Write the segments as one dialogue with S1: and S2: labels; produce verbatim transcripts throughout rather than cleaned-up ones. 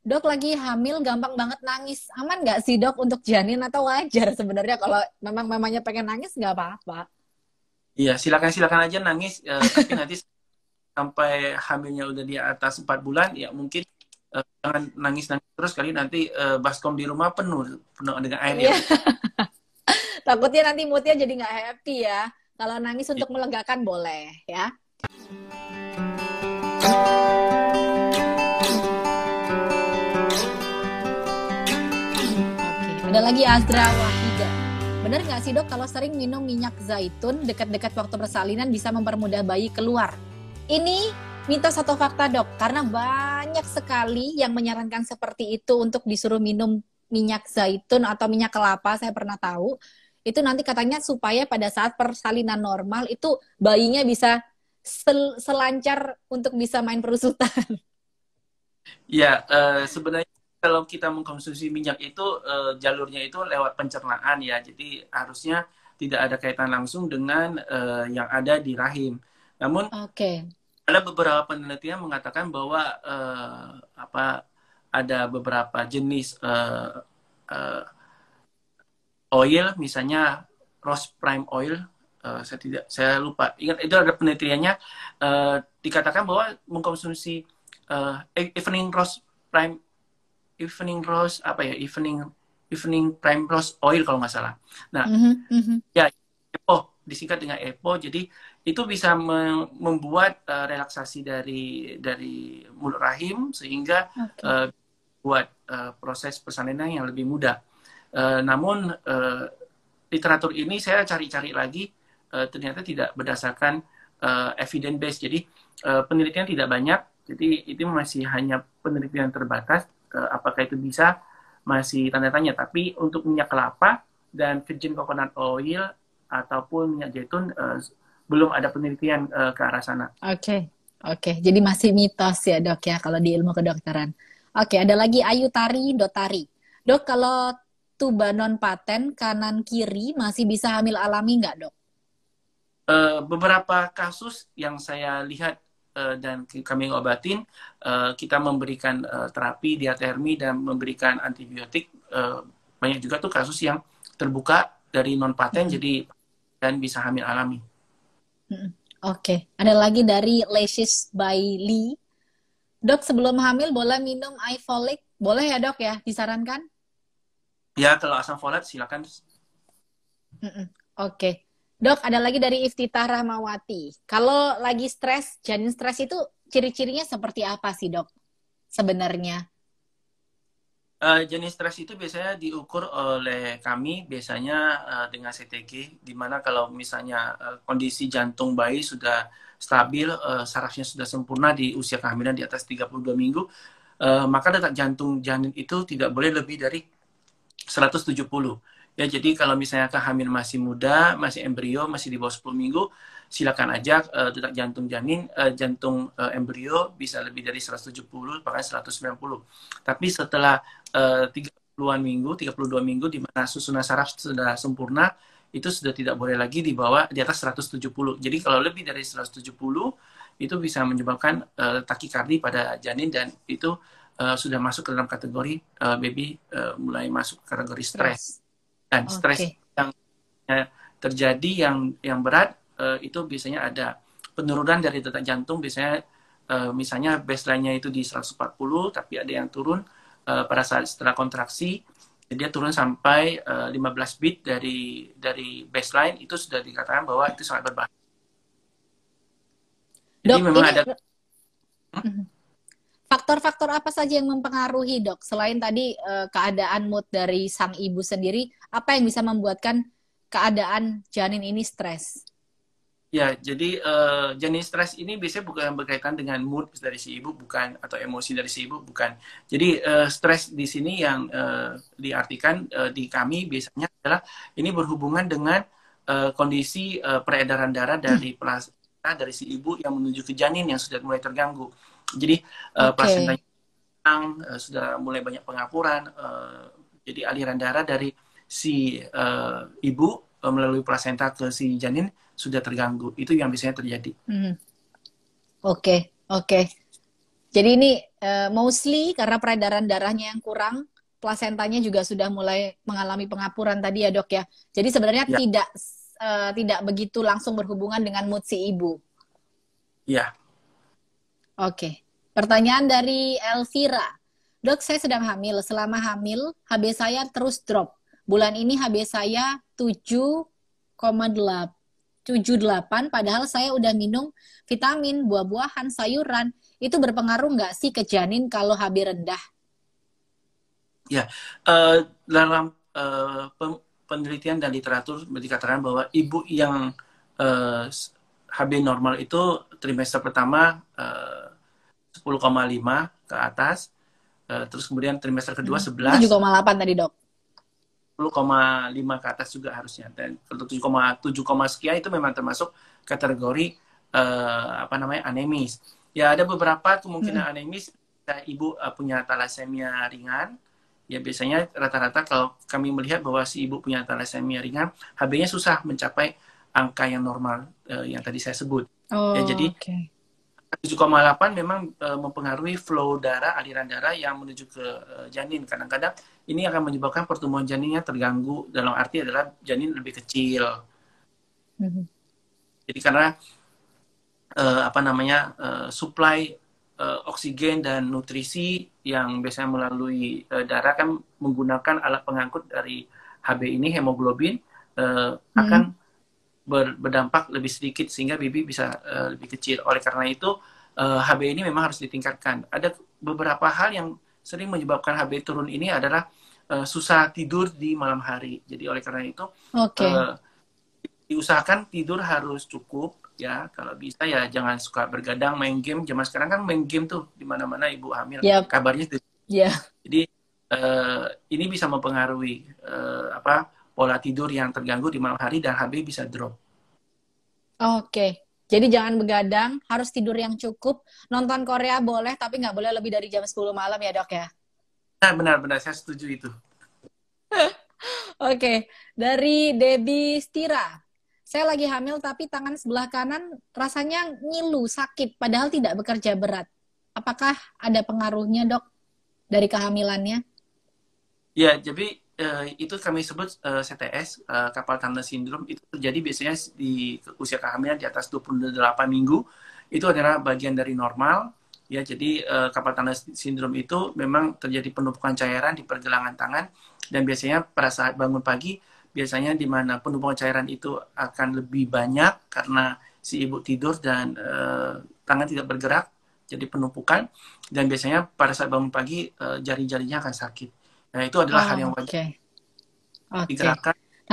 S1: Dok lagi hamil gampang banget nangis. Aman nggak sih dok untuk janin atau wajar sebenarnya kalau memang mamanya pengen nangis nggak apa-apa?
S2: Iya, silakan silakan aja nangis, eh, tapi nanti sampai hamilnya udah di atas empat bulan, ya mungkin eh, jangan nangis-nangis terus kali nanti eh, baskom di rumah penuh penuh dengan air
S1: Iya,
S2: ya.
S1: takutnya nanti moodnya jadi nggak happy ya. Kalau nangis untuk melegakan boleh ya. Oke, ada lagi Azra Wahida. Bener nggak sih dok kalau sering minum minyak zaitun dekat-dekat waktu persalinan bisa mempermudah bayi keluar? Ini mitos atau fakta dok? Karena banyak sekali yang menyarankan seperti itu untuk disuruh minum minyak zaitun atau minyak kelapa, saya pernah tahu. Itu nanti katanya supaya pada saat persalinan normal itu bayinya bisa sel selancar untuk bisa main perusutan.
S2: Ya, eh, sebenarnya kalau kita mengkonsumsi minyak itu eh, jalurnya itu lewat pencernaan ya. Jadi harusnya tidak ada kaitan langsung dengan eh, yang ada di rahim. Namun
S1: Oke.
S2: ada beberapa penelitian mengatakan bahwa eh, apa ada beberapa jenis eh, eh, oil, misalnya rose prime oil, eh, saya tidak saya lupa ingat itu ada penelitiannya, eh, dikatakan bahwa mengkonsumsi eh, evening rose prime evening rose apa ya evening evening prime rose oil kalau nggak salah. Nah,
S1: Mhm, mhm.
S2: ya, EPO disingkat dengan EPO. Jadi itu bisa me- membuat uh, relaksasi dari dari mulut rahim sehingga
S1: Oke.
S2: uh, buat uh, proses persalinan yang lebih mudah. Uh, namun uh, literatur ini saya cari-cari lagi, uh, ternyata tidak berdasarkan uh, evidence base. Jadi uh, penelitian tidak banyak. Jadi itu masih hanya penelitian terbatas. Uh, apakah itu bisa masih tanda tanya. Tapi untuk minyak kelapa dan virgin coconut oil ataupun minyak zaitun uh, belum ada penelitian uh, ke arah sana.
S1: Oke, oke. Jadi masih mitos ya dok ya kalau di ilmu kedokteran. Oke, ada lagi Ayu Tari Dotari. Dok, kalau tuba non paten kanan kiri masih bisa hamil alami nggak dok?
S2: Uh, beberapa kasus yang saya lihat uh, dan kami obatin, uh, kita memberikan uh, terapi diatermi dan memberikan antibiotik. Uh, banyak juga tuh kasus yang terbuka dari non paten
S1: Mm-mm.
S2: jadi dan bisa hamil alami.
S1: Mm-mm. Oke, ada lagi dari Lesis by Lee. Dok, sebelum hamil boleh minum iFolic? Boleh ya dok ya, disarankan?
S2: Ya, kalau asam folat silakan.
S1: Mm-mm. Oke. Dok, ada lagi dari Iftitah Rahmawati. Kalau lagi stres, janin stres itu ciri-cirinya seperti apa sih dok sebenarnya?
S2: Uh, jenis stres itu biasanya diukur oleh kami biasanya uh, dengan C T G, di mana kalau misalnya uh, kondisi jantung bayi sudah stabil, uh, sarafnya sudah sempurna di usia kehamilan di atas tiga puluh dua minggu, uh, maka detak jantung janin itu tidak boleh lebih dari seratus tujuh puluh. Ya, jadi kalau misalnya kehamilan masih muda, masih embrio, masih di bawah sepuluh minggu, silakan aja uh, detak jantung janin, uh, jantung uh, embrio bisa lebih dari seratus tujuh puluh, bahkan seratus sembilan puluh. Tapi setelah uh, tiga puluhan minggu, tiga puluh dua minggu, di mana susunan saraf sudah sempurna, itu sudah tidak boleh lagi di bawah di atas seratus tujuh puluh. Jadi kalau lebih dari seratus tujuh puluh, itu bisa menyebabkan uh, takikardi pada janin, dan itu uh, sudah masuk ke dalam kategori uh, baby uh, mulai masuk kategori stres.
S1: Stres.
S2: Dan stres
S1: Oke.
S2: yang terjadi yang yang berat, uh, itu biasanya ada penurunan dari detak jantung. Biasanya uh, misalnya baseline-nya itu di seratus empat puluh, tapi ada yang turun uh, pada saat setelah kontraksi, dia turun sampai uh, lima belas beat dari dari baseline. Itu sudah dikatakan bahwa itu sangat berbahaya. Jadi
S1: Dok,
S2: memang
S1: ini
S2: ada.
S1: faktor-faktor apa saja yang mempengaruhi dok? Selain tadi eh, keadaan mood dari sang ibu sendiri, apa yang bisa membuatkan keadaan janin ini stres?
S2: Ya, jadi uh, jenis stres ini biasanya bukan berkaitan dengan mood dari si ibu, bukan, atau emosi dari si ibu, bukan. Jadi uh, stres di sini yang uh, diartikan uh, di kami biasanya adalah ini berhubungan dengan uh, kondisi uh, peredaran darah dari plasenta dari si ibu yang menuju ke janin yang sudah mulai terganggu. Jadi uh,
S1: Oke.
S2: plasentanya uh, sudah mulai banyak pengapuran, uh, jadi aliran darah dari si uh, ibu uh, melalui plasenta ke si janin sudah terganggu. Itu yang biasanya terjadi.
S1: Hmm. Oke, oke. Jadi ini uh, mostly karena peredaran darahnya yang kurang, plasentanya juga sudah mulai mengalami pengapuran tadi ya dok ya. Jadi sebenarnya
S2: Ya,
S1: tidak uh, tidak begitu langsung berhubungan dengan mood si ibu.
S2: ya.
S1: Oke. Pertanyaan dari Elvira. Dok, saya sedang hamil. Selama hamil, H B saya terus drop. Bulan ini H B saya tujuh koma delapan, padahal saya udah minum vitamin, buah-buahan, sayuran. Itu berpengaruh nggak sih ke janin kalau H B rendah?
S2: Ya, uh, dalam uh, penelitian dan literatur dikatakan bahwa ibu yang uh, H B normal itu trimester pertama uh, sepuluh koma lima ke atas, uh, terus kemudian trimester kedua sebelas.
S1: tujuh koma delapan tadi dok.
S2: sepuluh koma lima ke atas juga harusnya. Dan kalau tujuh koma tujuh sekian itu memang termasuk kategori uh, apa namanya anemis. Ya ada beberapa kemungkinan hmm. anemis. Ibu uh, punya talasemia ringan. Ya biasanya rata-rata kalau kami melihat bahwa si ibu punya talasemia ringan, H B-nya susah mencapai angka yang normal uh, yang tadi saya sebut.
S1: Oh,
S2: ya jadi
S1: okay.
S2: tujuh koma delapan memang uh, mempengaruhi flow darah, aliran darah yang menuju ke uh, janin. Kadang-kadang ini akan menyebabkan pertumbuhan janinnya terganggu, dalam arti adalah janin lebih kecil. Mm-hmm. Jadi karena uh, apa namanya uh, supply uh, oksigen dan nutrisi yang biasanya melalui uh, darah kan menggunakan alat pengangkut dari H B ini, hemoglobin, uh, hmm. akan ber, berdampak lebih sedikit sehingga baby bisa uh, lebih kecil. Oleh karena itu uh, H B ini memang harus ditingkatkan. Ada beberapa hal yang sering menyebabkan H B turun ini adalah uh, susah tidur di malam hari. Jadi oleh karena itu okay. uh, diusahakan tidur harus cukup. Ya, kalau bisa ya jangan suka bergadang main game. Zaman sekarang kan main game tuh di mana-mana ibu hamil. Yep. Kabarnya
S1: yeah.
S2: Jadi uh, ini bisa mempengaruhi uh, apa pola tidur yang terganggu di malam hari dan H B bisa drop.
S1: Oke. Okay. Jadi jangan begadang, harus tidur yang cukup. Nonton Korea boleh, tapi nggak boleh lebih dari jam sepuluh malam ya, Dok ya?
S2: Nah, benar-benar saya setuju itu.
S1: Oke. Okay. Dari Debbie Stira. Saya lagi hamil tapi tangan sebelah kanan rasanya ngilu, sakit, padahal tidak bekerja berat. Apakah ada pengaruhnya, Dok, dari kehamilannya?
S2: Ya, jadi uh, itu kami sebut uh, C T S, uh, carpal tunnel syndrome. Itu terjadi biasanya di usia kehamilan di atas dua puluh delapan minggu. Itu adalah bagian dari normal. Ya, jadi uh, carpal tunnel syndrome itu memang terjadi penumpukan cairan di pergelangan tangan. Dan biasanya pada saat bangun pagi, biasanya di mana penumpukan cairan itu akan lebih banyak karena si ibu tidur dan uh, tangan tidak bergerak, jadi penumpukan. Dan biasanya pada saat bangun pagi uh, jari-jarinya akan sakit. Nah itu adalah oh, hal yang wajar.
S1: Okay. Okay.
S2: Digerakkan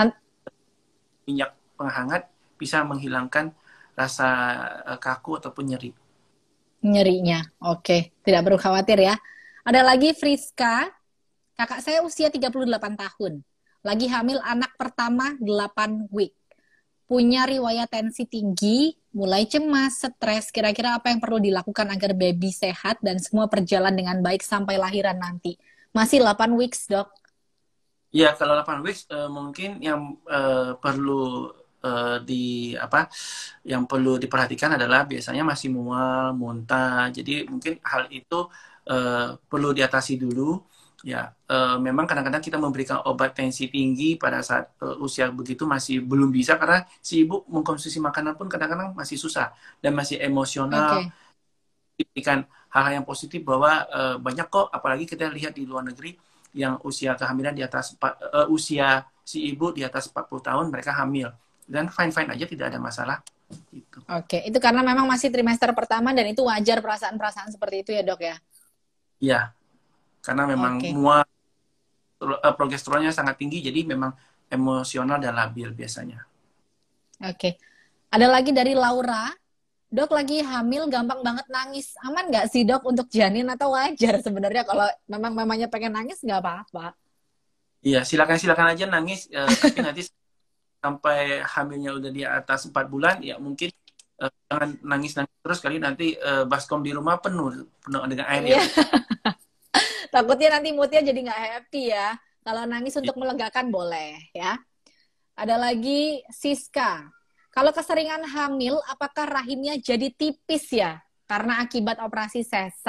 S2: minyak penghangat bisa menghilangkan rasa uh, kaku ataupun nyeri.
S1: Nyerinya, oke, okay. Tidak perlu khawatir ya. Ada lagi Friska, kakak saya usia tiga puluh delapan tahun. Lagi hamil anak pertama delapan week. Punya riwayat tensi tinggi, mulai cemas, stres. Kira-kira apa yang perlu dilakukan agar baby sehat dan semua berjalan dengan baik sampai lahiran nanti? Masih delapan weeks, Dok.
S2: Ya, kalau delapan weeks uh, mungkin yang uh, perlu uh, di apa yang perlu diperhatikan adalah biasanya masih mual, muntah. Jadi mungkin hal itu uh, perlu diatasi dulu. Ya, uh, memang kadang-kadang kita memberikan obat tensi tinggi pada saat uh, usia begitu masih belum bisa karena si ibu mengkonsumsi makanan pun kadang-kadang masih susah dan masih emosional. Okay. Diberikan hal-hal yang positif bahwa uh, banyak kok, apalagi kita lihat di luar negeri yang usia kehamilan di atas uh, usia si ibu di atas empat puluh tahun mereka hamil dan fine-fine aja, tidak ada masalah. Gitu.
S1: Oke, okay. Itu karena memang masih trimester pertama dan itu wajar perasaan-perasaan seperti itu ya dok ya?
S2: Iya. Karena memang okay. mual, progesteronnya sangat tinggi, jadi memang emosional dan labil biasanya.
S1: Oke. Okay. Ada lagi dari Laura, dok lagi hamil gampang banget nangis. Aman nggak sih dok untuk janin atau wajar sebenarnya kalau memang mamanya pengen nangis nggak apa-apa?
S2: Iya, silakan-silakan aja nangis, eh, tapi nanti sampai hamilnya udah di atas empat bulan, ya mungkin eh, jangan nangis-nangis terus, kali nanti eh, baskom di rumah penuh, penuh dengan air. Ya.
S1: Takutnya nanti moodnya jadi nggak happy ya. Kalau nangis untuk melegakan boleh ya. Ada lagi Siska. Kalau keseringan hamil, apakah rahimnya jadi tipis ya? Karena akibat operasi sesar.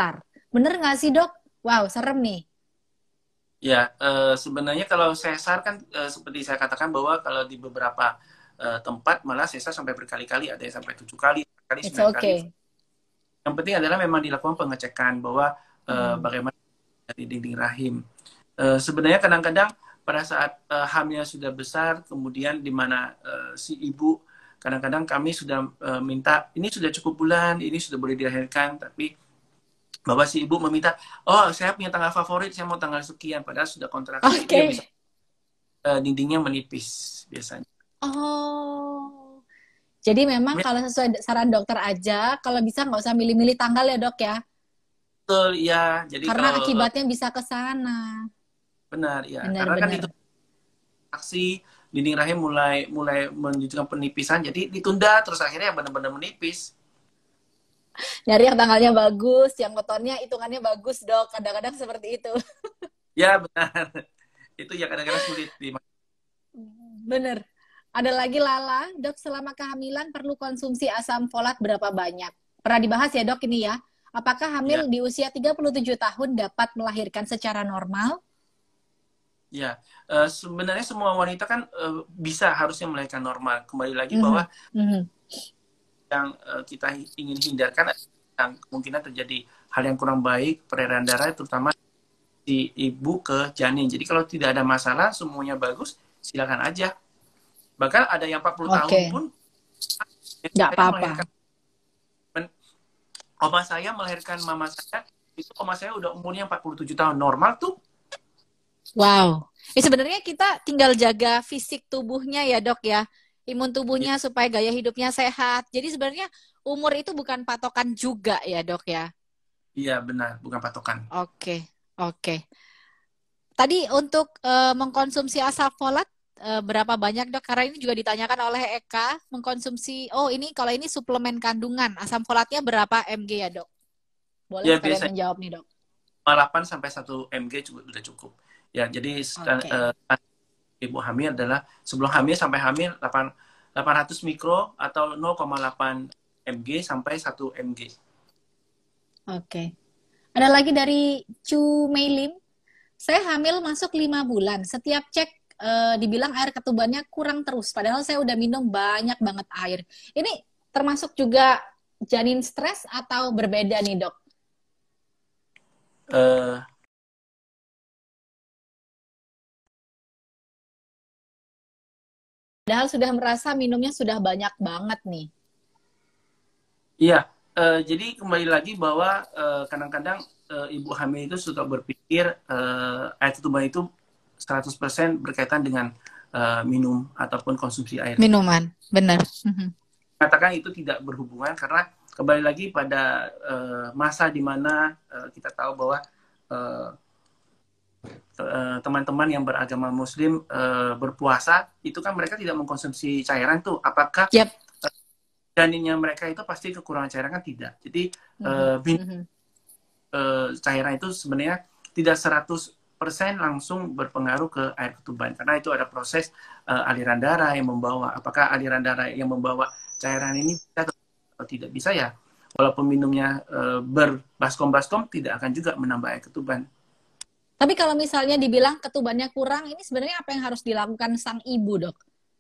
S1: Bener nggak sih dok? Wow, serem nih.
S2: Ya, eh, sebenarnya kalau sesar kan eh, seperti saya katakan bahwa kalau di beberapa eh, tempat malah sesar sampai berkali-kali, ada yang sampai tujuh kali, empat kali,
S1: It's
S2: sembilan kali.
S1: okay.
S2: Yang penting adalah memang dilakukan pengecekan bahwa eh,
S1: Hmm.
S2: bagaimana dari dinding rahim. Eh, sebenarnya kadang-kadang pada saat eh, hamil sudah besar, kemudian di mana eh, si ibu kadang-kadang kami sudah eh, minta ini sudah cukup bulan, ini sudah boleh dilahirkan, tapi bahwa si ibu meminta, oh saya punya tanggal favorit, saya mau tanggal sekian, padahal sudah kontraksi, itu yang
S1: Oke.
S2: bisa eh, dindingnya menipis biasanya.
S1: Oh. Jadi memang kalau sesuai saran dokter aja, kalau bisa nggak usah milih-milih tanggal ya dok ya.
S2: Betul, ya. Jadi
S1: Karena
S2: kalau eh,
S1: akibatnya bisa ke sana.
S2: benar ya, karena kan itu
S1: Benar-benar.
S2: aksi dinding rahim mulai mulai menunjukkan penipisan, jadi ditunda terus akhirnya benar-benar menipis.
S1: Nyari yang tanggalnya bagus, yang motornya hitungannya bagus dok. Kadang-kadang seperti itu.
S2: Ya benar. Itu ya kadang-kadang sulit di.
S1: Bener. Ada lagi Lala, dok selama kehamilan perlu konsumsi asam folat berapa banyak? Pernah dibahas ya dok ini ya. Apakah
S2: Ya,
S1: hamil di usia tiga puluh tujuh tahun dapat melahirkan secara normal?
S2: ya. Eh, sebenarnya semua wanita kan eh, bisa harusnya melahirkan normal. Kembali lagi bahwa
S1: Mhm, mhm.
S2: yang eh, kita ingin hindarkan yang kemungkinan terjadi hal yang kurang baik peredaran darah terutama di ibu ke janin. Jadi kalau tidak ada masalah, semuanya bagus, silakan aja. Bahkan ada yang empat puluh tahun
S1: Oke,
S2: pun
S1: nggak
S2: saya
S1: apa-apa.
S2: melahirkan oma saya melahirkan mama saya, itu oma saya udah umurnya empat puluh tujuh tahun. Normal tuh.
S1: Wow. Eh, sebenarnya kita tinggal jaga fisik tubuhnya ya dok ya. Imun
S2: Ya,
S1: tubuhnya supaya gaya hidupnya sehat. Jadi sebenarnya umur itu bukan patokan juga ya dok ya.
S2: iya benar, bukan patokan.
S1: Oke, oke. Tadi untuk eh, mengkonsumsi asam folat eh, berapa banyak dok? Karena ini juga ditanyakan oleh Eka mengkonsumsi. Oh ini kalau ini suplemen kandungan asam folatnya berapa mg ya dok? Boleh
S2: Ya
S1: sekalian
S2: biasanya
S1: menjawab nih dok.
S2: delapan sampai satu mg juga udah cukup. Ya, jadi
S1: Oke,
S2: eh, ibu hamil adalah sebelum hamil sampai hamil delapan delapan ratus mikro atau nol koma delapan mg sampai satu mg.
S1: oke. Ada lagi dari Chu Meilim. Saya hamil masuk lima bulan. Setiap cek eh, dibilang air ketubannya kurang terus. Padahal saya udah minum banyak banget air. Ini termasuk juga janin stres atau berbeda nih dok?
S2: Eh,
S1: Padahal sudah merasa minumnya sudah banyak banget nih.
S2: iya, eh, jadi kembali lagi bahwa eh, kadang-kadang eh, ibu hamil itu suka berpikir eh, air ketuban itu seratus persen berkaitan dengan eh, minum ataupun konsumsi air.
S1: Minuman, benar. Mhm.
S2: Katakan itu tidak berhubungan karena kembali lagi pada uh, masa di mana uh, kita tahu bahwa uh, teman-teman yang beragama Muslim uh, berpuasa itu kan mereka tidak mengkonsumsi cairan tuh. Apakah
S1: Yap.
S2: janinnya mereka itu pasti kekurangan cairan kan tidak. Jadi
S1: Mhm.
S2: uh,
S1: Mhm.
S2: uh, cairan itu sebenarnya tidak seratus persen langsung berpengaruh ke air ketuban karena itu ada proses uh, aliran darah yang membawa. Apakah aliran darah yang membawa cairan ini bisa atau tidak bisa ya? Walaupun minumnya uh, berbaskom-baskom tidak akan juga menambah air ketuban.
S1: Tapi kalau misalnya dibilang ketubannya kurang, ini sebenarnya apa yang harus dilakukan sang ibu, dok?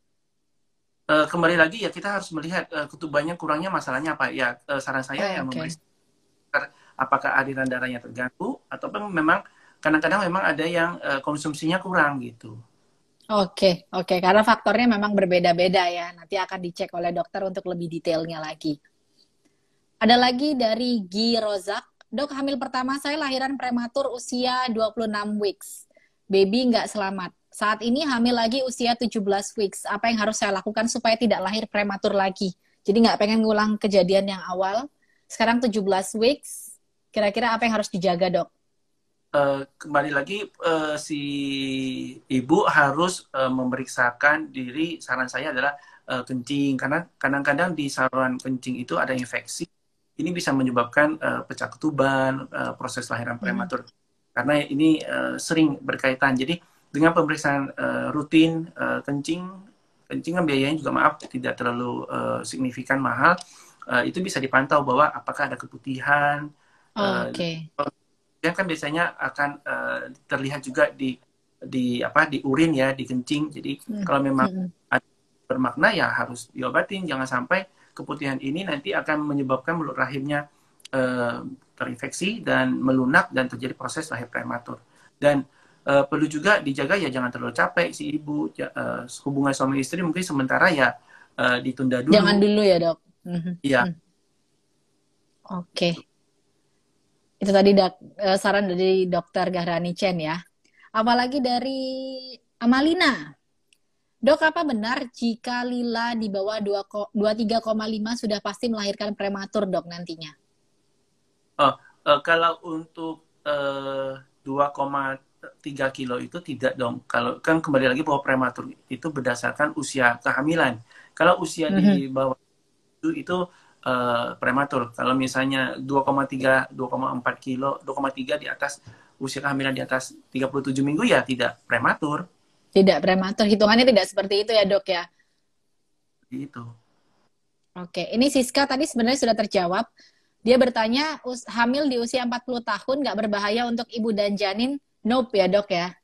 S2: Uh, kembali lagi ya kita harus melihat uh, ketubannya kurangnya masalahnya apa ya. Uh, saran saya
S1: Oh,
S2: yang
S1: oke.
S2: memeriksa apakah aliran darahnya terganggu ataupun memang kadang-kadang memang ada yang uh, konsumsinya kurang gitu.
S1: Oke, oke. Karena faktornya memang berbeda-beda ya. Nanti akan dicek oleh dokter untuk lebih detailnya lagi. Ada lagi dari Gi Rozak. Dok, hamil pertama saya lahiran prematur usia dua puluh enam weeks. Baby nggak selamat. Saat ini hamil lagi usia tujuh belas weeks. Apa yang harus saya lakukan supaya tidak lahir prematur lagi? Jadi nggak pengen ngulang kejadian yang awal. Sekarang tujuh belas weeks. Kira-kira apa yang harus dijaga, dok?
S2: Uh, kembali lagi uh, si ibu harus uh, memeriksakan diri. Saran saya adalah uh, kencing karena kadang-kadang di saluran kencing itu ada infeksi. Ini bisa menyebabkan uh, pecah ketuban, uh, proses lahiran
S1: Mhm.
S2: prematur. Karena ini uh, sering berkaitan. Jadi dengan pemeriksaan uh, rutin uh, kencing, kencing kan biayanya juga maaf tidak terlalu uh, signifikan mahal. Uh, itu bisa dipantau bahwa apakah ada keputihan, Uh,
S1: Oke.
S2: Dia kan biasanya akan uh, terlihat juga di di apa di urin ya, di kencing. Jadi
S1: Hmm.
S2: kalau memang
S1: Hmm.
S2: ada bermakna ya harus diobatin. Jangan sampai keputihan ini nanti akan menyebabkan mulut rahimnya uh, terinfeksi dan melunak dan terjadi proses lahir prematur. Dan uh, perlu juga dijaga ya jangan terlalu capek si ibu. Ja, uh, hubungan suami istri mungkin sementara ya uh, ditunda
S1: Jangan
S2: dulu.
S1: dulu ya dok. Hmm.
S2: Iya.
S1: Hmm. Oke. Itu tadi dak- eh, saran dari dokter Gahrani Chen ya. Apalagi dari Amalina. Dok, apa benar jika Lila di bawah dua ko- dua puluh tiga koma lima sudah pasti melahirkan prematur dok nantinya?
S2: Oh, uh, kalau untuk uh, dua koma tiga kilo itu tidak dong. Kalau kan kembali lagi bahwa prematur itu berdasarkan usia kehamilan. Kalau usia
S1: Mhm.
S2: di bawah itu itu uh, prematur. Kalau misalnya dua koma tiga, dua koma empat kilo, dua koma tiga di atas usia kehamilan di atas tiga puluh tujuh minggu ya tidak prematur.
S1: Tidak prematur, hitungannya tidak seperti itu ya dok ya.
S2: Gitu.
S1: Oke, ini Siska tadi sebenarnya sudah terjawab. Dia bertanya, us- hamil di usia empat puluh tahun nggak berbahaya untuk ibu dan janin? Nope ya dok ya.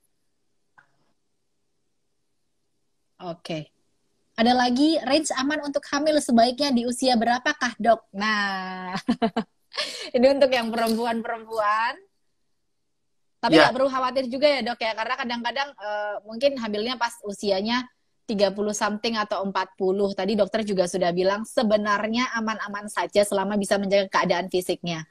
S1: Oke. Ada lagi, range aman untuk hamil sebaiknya di usia berapakah dok? Nah, ini untuk yang perempuan-perempuan. Tapi nggak
S2: Ya,
S1: perlu khawatir juga ya dok ya, karena kadang-kadang eh, mungkin hamilnya pas usianya tiga puluh something atau empat puluh. Tadi dokter juga sudah bilang sebenarnya aman-aman saja selama bisa menjaga keadaan fisiknya.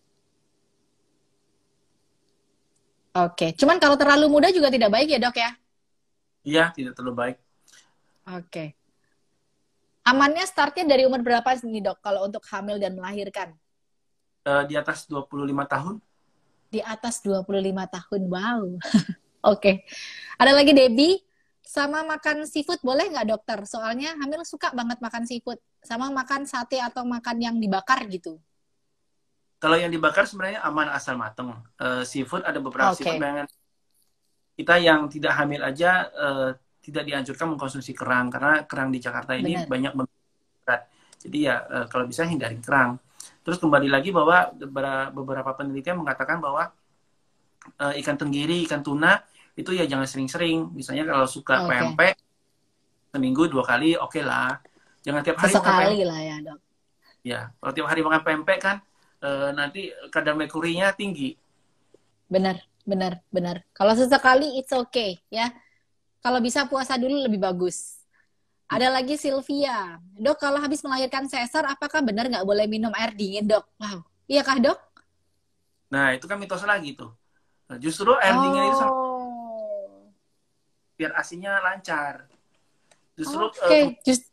S1: Oke, cuman kalau terlalu muda juga tidak baik ya dok ya?
S2: iya tidak terlalu baik.
S1: Oke. Amannya startnya dari umur berapa nih dok kalau untuk hamil dan melahirkan?
S2: Uh, di atas dua puluh lima tahun.
S1: Di atas dua puluh lima tahun, wow. Oke. Ada lagi Debbie, sama makan seafood boleh nggak dokter? Soalnya hamil suka banget makan seafood. Sama makan sate atau makan yang dibakar gitu.
S2: Kalau yang dibakar sebenarnya aman asal mateng. Uh, seafood ada beberapa seafood
S1: Oke,
S2: yang kita yang tidak hamil aja uh, tidak dianjurkan mengkonsumsi kerang karena kerang di Jakarta ini
S1: benar.
S2: banyak berat. Jadi ya uh, kalau bisa hindari kerang. Terus kembali lagi bahwa beberapa penelitian mengatakan bahwa uh, ikan tenggiri, ikan tuna itu ya jangan sering-sering. Misalnya kalau suka
S1: Oke,
S2: pempek seminggu dua kali oke okay lah. Jangan tiap hari makan
S1: sesekali
S2: pempek.
S1: lah ya dok.
S2: Ya, kalau tiap hari makan pempek kan uh, nanti kadar merkurinya tinggi.
S1: Benar, benar, benar. Kalau sesekali it's okay ya. Kalau bisa puasa dulu lebih bagus. Ada lagi Sylvia. Dok, kalau habis melahirkan sesar, apakah benar nggak boleh minum air dingin, dok? Wow. Iya kah, dok?
S2: Nah, itu kan mitos lagi tuh. Nah, justru air dingin itu sangat
S1: Oh.
S2: biar asinya lancar. Justru uh,
S1: Oke. Just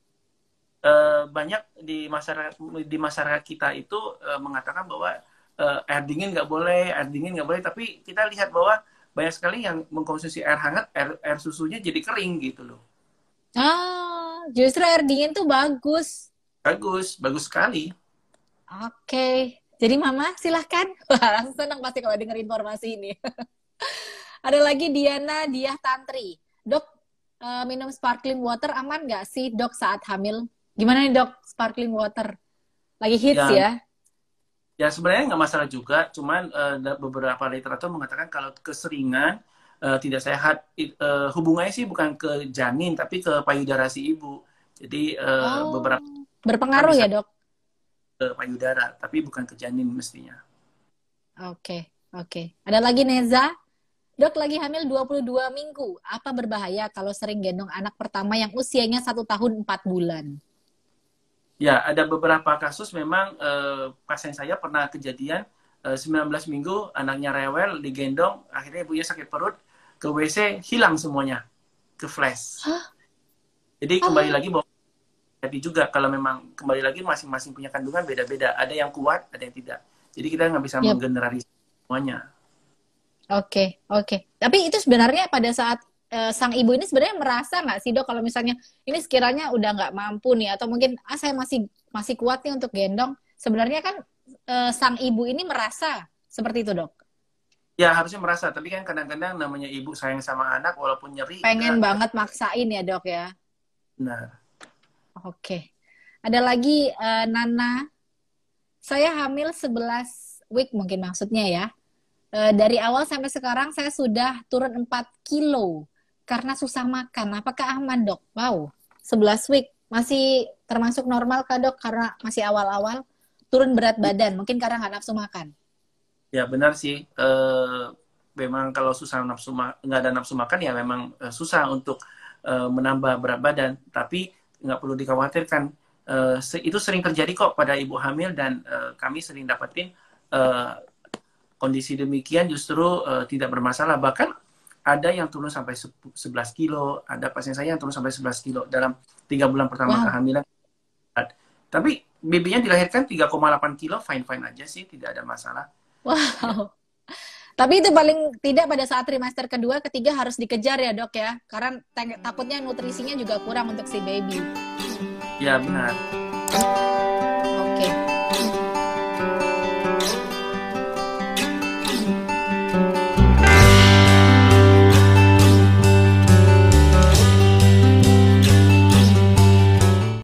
S2: uh, banyak di masyarakat di masyarakat kita itu uh, mengatakan bahwa uh, air dingin nggak boleh, air dingin nggak boleh. Tapi kita lihat bahwa banyak sekali yang mengkonsumsi air hangat, air, air susunya jadi kering gitu loh.
S1: ah, justru air dingin tuh bagus.
S2: Bagus, bagus sekali.
S1: Oke. Jadi Mama silahkan. Wah, langsung senang pasti kalau dengar informasi ini. Ada lagi Diana Diah Tantri. Dok, eh, minum sparkling water aman nggak sih dok saat hamil? Gimana nih dok, sparkling water? Lagi hits
S2: Ya,
S1: ya?
S2: ya sebenarnya nggak masalah juga. Cuman uh, beberapa literatur mengatakan kalau keseringan uh, tidak sehat. Uh, hubungannya sih bukan ke janin, tapi ke payudara si ibu. Jadi uh,
S1: Oh,
S2: beberapa
S1: berpengaruh
S2: bisa
S1: ya dok?
S2: ke payudara, tapi bukan ke janin mestinya.
S1: Oke, oke. Ada lagi Neza. Dok, lagi hamil dua puluh dua minggu. Apa berbahaya kalau sering gendong anak pertama yang usianya satu tahun empat bulan?
S2: Ya, ada beberapa kasus memang eh, pasien saya pernah kejadian eh, sembilan belas minggu anaknya rewel, digendong, akhirnya ibunya sakit perut, ke W C hilang semuanya, ke flash.
S1: Hah?
S2: Jadi kembali
S1: Oh,
S2: lagi bahwa jadi juga kalau memang kembali lagi masing-masing punya kandungan beda-beda, ada yang kuat, ada yang tidak. Jadi kita nggak bisa
S1: yep.
S2: menggeneralisasi semuanya.
S1: Oke, oke. Tapi itu sebenarnya pada saat eh, sang ibu ini sebenarnya merasa nggak sih dok kalau misalnya ini sekiranya udah nggak mampu nih atau mungkin ah saya masih masih kuat nih untuk gendong. Sebenarnya kan eh, sang ibu ini merasa seperti itu dok.
S2: Ya harusnya merasa, tapi kan kadang-kadang namanya ibu sayang sama anak walaupun nyeri
S1: Pengen
S2: kita
S1: banget maksain ya dok ya.
S2: benar.
S1: Oke. Ada lagi eh, Nana. Saya hamil sebelas week mungkin maksudnya ya. E, dari awal sampai sekarang saya sudah turun empat kilo karena susah makan. Apakah aman, Dok? Wow, sebelas week masih termasuk normal kah, Dok? Karena masih awal-awal turun berat badan, mungkin karena nggak nafsu makan.
S2: Ya benar sih. Eh, memang kalau susah nafsu nggak ada nafsu makan ya memang eh, susah untuk eh, menambah berat badan. Tapi nggak perlu dikhawatirkan. Eh, itu sering terjadi kok pada ibu hamil dan eh, kami sering dapetin eh, kondisi demikian justru eh, tidak bermasalah. Bahkan ada yang turun sampai sebelas kilo, ada pasien saya yang turun sampai sebelas kilo dalam tiga bulan pertama wow. kehamilan. Tapi babynya dilahirkan tiga koma delapan kilo, fine-fine aja sih, tidak ada masalah.
S1: Wow. Ya. Tapi itu paling tidak pada saat trimester kedua, ketiga harus dikejar ya, Dok ya. Karena takutnya nutrisinya juga kurang untuk si baby.
S2: Ya, benar.
S1: Oke.